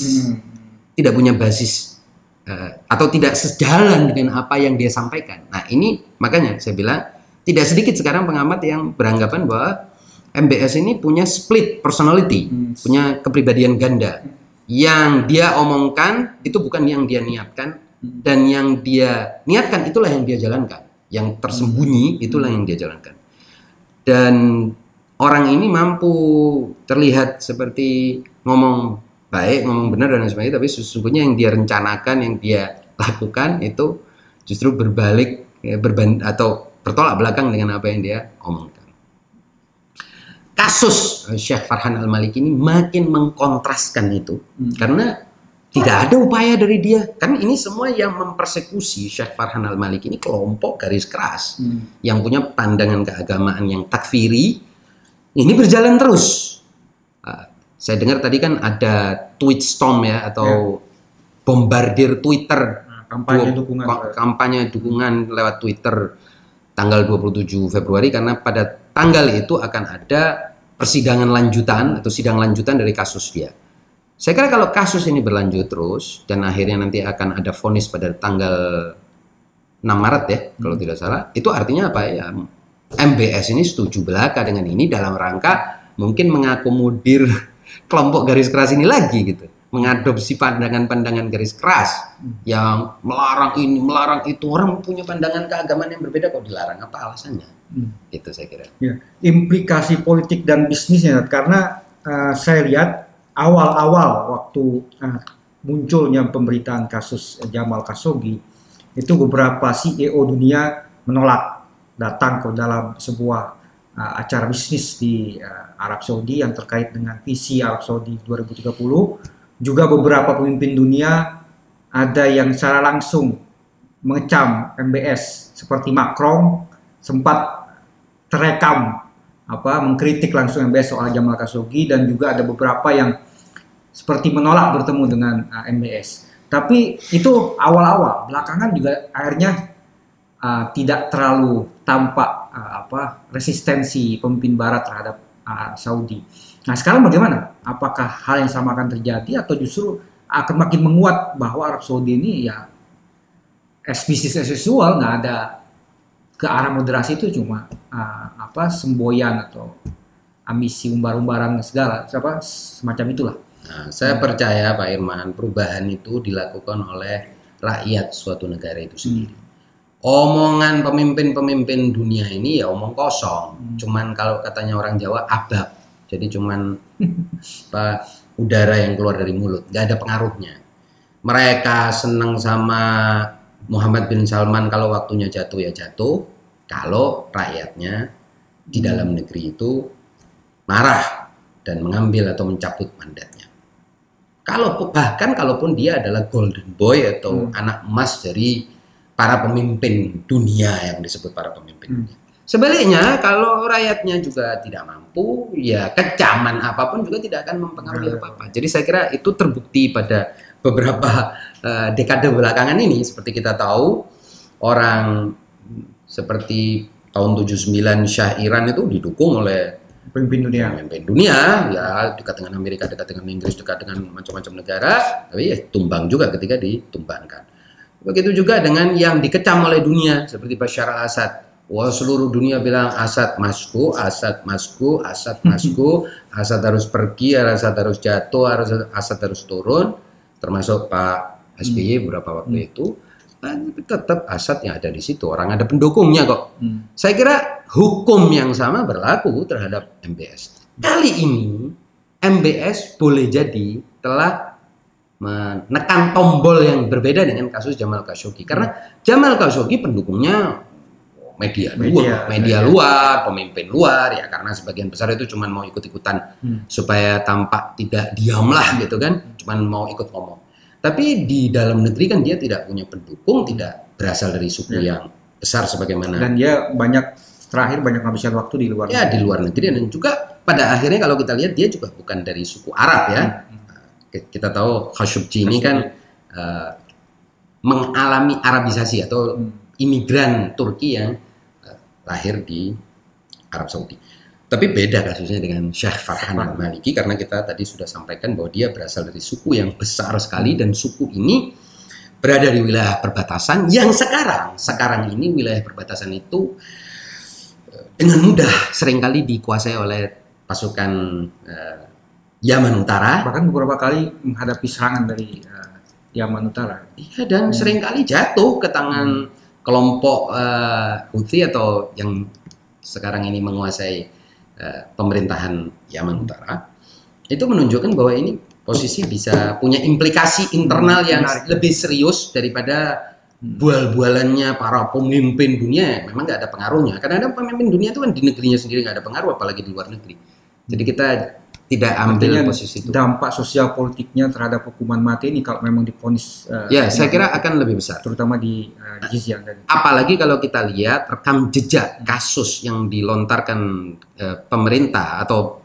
atau tidak sejalan dengan apa yang dia sampaikan. Nah ini makanya saya bilang tidak sedikit sekarang pengamat yang beranggapan bahwa MBS ini punya split personality, punya kepribadian ganda. Yang dia omongkan itu bukan yang dia niatkan, dan yang dia niatkan itulah yang dia jalankan. Yang tersembunyi itulah yang dia jalankan. Dan orang ini mampu terlihat seperti ngomong baik, ngomong benar dan sebagainya, tapi sesungguhnya yang dia rencanakan, yang dia lakukan itu justru berbalik atau bertolak belakang dengan apa yang dia omongkan. Kasus Syekh Farhan Al-Maliki ini makin mengkontraskan itu, karena tidak ada upaya dari dia. Kan ini semua yang mempersekusi Syekh Farhan Al-Maliki ini kelompok garis keras yang punya pandangan keagamaan yang takfiri. Ini berjalan terus. Saya dengar tadi kan ada tweet storm ya, atau bombardir Twitter, kampanye dukungan lewat Twitter tanggal 27 Februari karena pada tanggal itu akan ada persidangan lanjutan atau sidang lanjutan dari kasus dia. Saya kira kalau kasus ini berlanjut terus dan akhirnya nanti akan ada vonis pada tanggal 6 Maret ya, kalau tidak salah, itu artinya apa ya? MBS ini setuju belaka dengan ini dalam rangka mungkin mengakomodir kelompok garis keras ini lagi gitu. Mengadopsi pandangan-pandangan garis keras yang melarang ini, melarang itu. Orang punya pandangan keagamaan yang berbeda kok dilarang, apa alasannya? Itu saya kira. Ya, implikasi politik dan bisnisnya, karena saya lihat awal-awal waktu munculnya pemberitaan kasus Jamal Khashoggi, itu beberapa CEO dunia menolak datang ke dalam sebuah acara bisnis di Arab Saudi yang terkait dengan visi Arab Saudi 2030. Juga beberapa pemimpin dunia ada yang secara langsung mengecam MBS, seperti Macron sempat terekam mengkritik langsung MBS soal Jamal Khashoggi, dan juga ada beberapa yang seperti menolak bertemu dengan MBS. Tapi itu awal-awal, belakangan juga akhirnya tidak terlalu tampak resistensi pemimpin Barat terhadap Saudi. Nah sekarang bagaimana? Apakah hal yang sama akan terjadi atau justru akan makin menguat bahwa Arab Saudi ini ya as business as usual, nggak ada ke arah moderasi, itu cuma semboyan atau ambisi umbar-umbaran segala semacam itulah. Nah, saya percaya Pak Irman, perubahan itu dilakukan oleh rakyat suatu negara itu sendiri. Omongan pemimpin-pemimpin dunia ini ya omong kosong. Cuman kalau katanya orang Jawa abab. Jadi cuman udara yang keluar dari mulut, nggak ada pengaruhnya. Mereka senang sama Muhammad bin Salman kalau waktunya jatuh ya jatuh. Kalau rakyatnya di dalam negeri itu marah dan mengambil atau mencabut mandatnya. Bahkan kalaupun dia adalah golden boy atau anak emas dari para pemimpin dunia yang disebut para pemimpin dunia. Sebaliknya, kalau rakyatnya juga tidak mampu, ya kecaman apapun juga tidak akan mempengaruhi apa-apa. Jadi saya kira itu terbukti pada beberapa dekade belakangan ini. Seperti kita tahu, orang seperti tahun 79 Shah Iran itu didukung oleh pemimpin dunia, ya dekat dengan Amerika, dekat dengan Inggris, dekat dengan macam-macam negara, tapi ya tumbang juga ketika ditumbangkan. Begitu juga dengan yang dikecam oleh dunia seperti Bashar al-Assad. Wah, seluruh dunia bilang Assad masku, Assad masku, Assad masku, Assad harus pergi, Assad harus jatuh, Assad harus turun, termasuk Pak SBY beberapa waktu itu. Tapi tetap Assad yang ada di situ, orang ada pendukungnya kok. Saya kira hukum yang sama berlaku terhadap MBS. Kali ini MBS boleh jadi telah menekan tombol yang berbeda dengan kasus Jamal Khashoggi. Karena Jamal Khashoggi pendukungnya media luar, pemimpin luar ya, karena sebagian besar itu cuma mau ikut-ikutan supaya tampak tidak diam lah gitu kan, cuma mau ikut ngomong. Tapi di dalam negeri kan dia tidak punya pendukung, tidak berasal dari suku yang besar sebagaimana. Dan dia terakhir banyak ngabisin waktu di luar. Ya, di luar negeri, dan juga pada akhirnya kalau kita lihat dia juga bukan dari suku Arab ya. Kita tahu Khashoggi ini kan mengalami Arabisasi atau imigran Turki yang lahir di Arab Saudi. Tapi beda kasusnya dengan Syekh Farhan Al-Maliki, karena kita tadi sudah sampaikan bahwa dia berasal dari suku yang besar sekali, dan suku ini berada di wilayah perbatasan yang sekarang ini wilayah perbatasan itu dengan mudah seringkali dikuasai oleh pasukan Yaman Utara. Bahkan beberapa kali menghadapi serangan dari Yaman Utara. Iya, dan seringkali jatuh ke tangan kelompok Houthi atau yang sekarang ini menguasai pemerintahan Yaman Utara. Itu menunjukkan bahwa ini posisi bisa punya implikasi internal yang lebih serius daripada bual-bualannya para pemimpin dunia. Memang nggak ada pengaruhnya. Karena ada pemimpin dunia itu kan di negerinya sendiri nggak ada pengaruh, apalagi di luar negeri. Jadi kita tidak ambil posisi itu. Dampak sosial politiknya terhadap hukuman mati ini kalau memang divonis, saya kira akan lebih besar, terutama di Jizya. Apalagi kalau kita lihat rekam jejak kasus yang dilontarkan pemerintah atau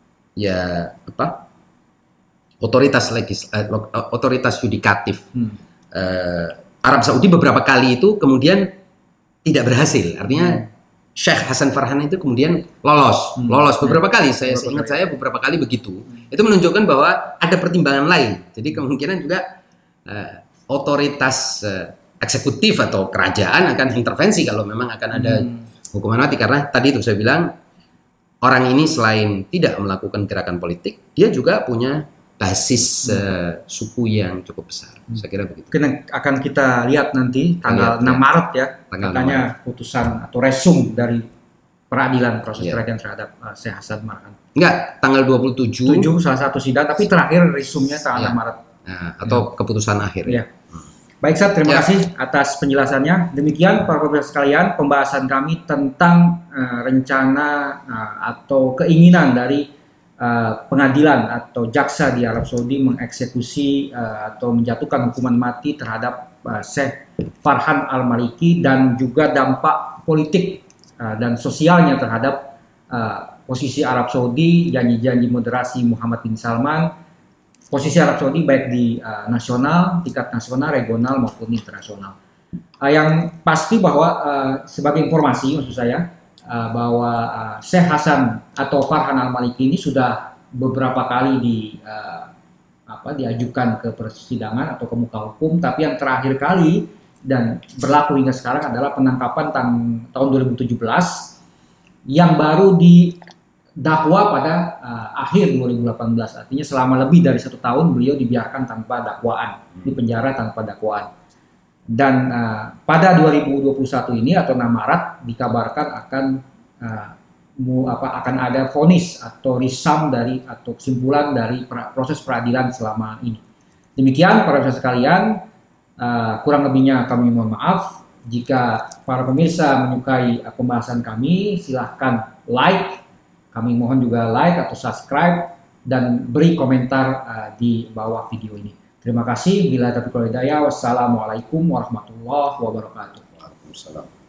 otoritas yudikatif Arab Saudi beberapa kali itu kemudian tidak berhasil. Artinya Syekh Hasan Farhan itu kemudian lolos beberapa kali. Saya beberapa kali begitu. Itu menunjukkan bahwa ada pertimbangan lain. Jadi kemungkinan juga otoritas eksekutif atau kerajaan akan intervensi kalau memang akan ada hukuman mati. Karena tadi itu saya bilang, orang ini selain tidak melakukan gerakan politik, dia juga punya basis suku yang cukup besar. Saya kira begitu. Akan kita lihat nanti tanggal 6 Maret ya. Katanya putusan atau resum dari proses peradilan terhadap Syekh Hasan Farhan. Enggak, tanggal 27 salah satu sidang, tapi terakhir resumnya tanggal 6 Maret. Atau keputusan akhir. Ya. Baik, Ustaz, terima kasih atas penjelasannya. Demikian para pemirsa sekalian, pembahasan kami tentang rencana atau keinginan dari pengadilan atau jaksa di Arab Saudi mengeksekusi atau menjatuhkan hukuman mati terhadap Syekh Farhan Al-Maliki, dan juga dampak politik dan sosialnya terhadap posisi Arab Saudi, janji-janji moderasi Muhammad bin Salman, posisi Arab Saudi baik di tingkat nasional, regional maupun internasional. Yang pasti bahwa sebagai informasi maksud saya, bahwa Syekh Hasan atau Farhan Al-Maliki ini sudah beberapa kali diajukan ke persidangan atau ke muka hukum, tapi yang terakhir kali dan berlaku hingga sekarang adalah penangkapan tahun 2017 yang baru didakwa pada akhir 2018. Artinya selama lebih dari 1 tahun beliau dibiarkan tanpa dakwaan, di penjara tanpa dakwaan. Dan pada 2021 ini atau 6 Maret dikabarkan akan ada vonis atau risam atau kesimpulan dari proses peradilan selama ini. Demikian para pemirsa sekalian, kurang lebihnya kami mohon maaf. Jika para pemirsa menyukai pembahasan kami, silahkan like. Kami mohon juga like atau subscribe dan beri komentar di bawah video ini. Terima kasih. Bila taufiq wal hidayah. Wassalamualaikum warahmatullahi wabarakatuh. Waalaikumsalam.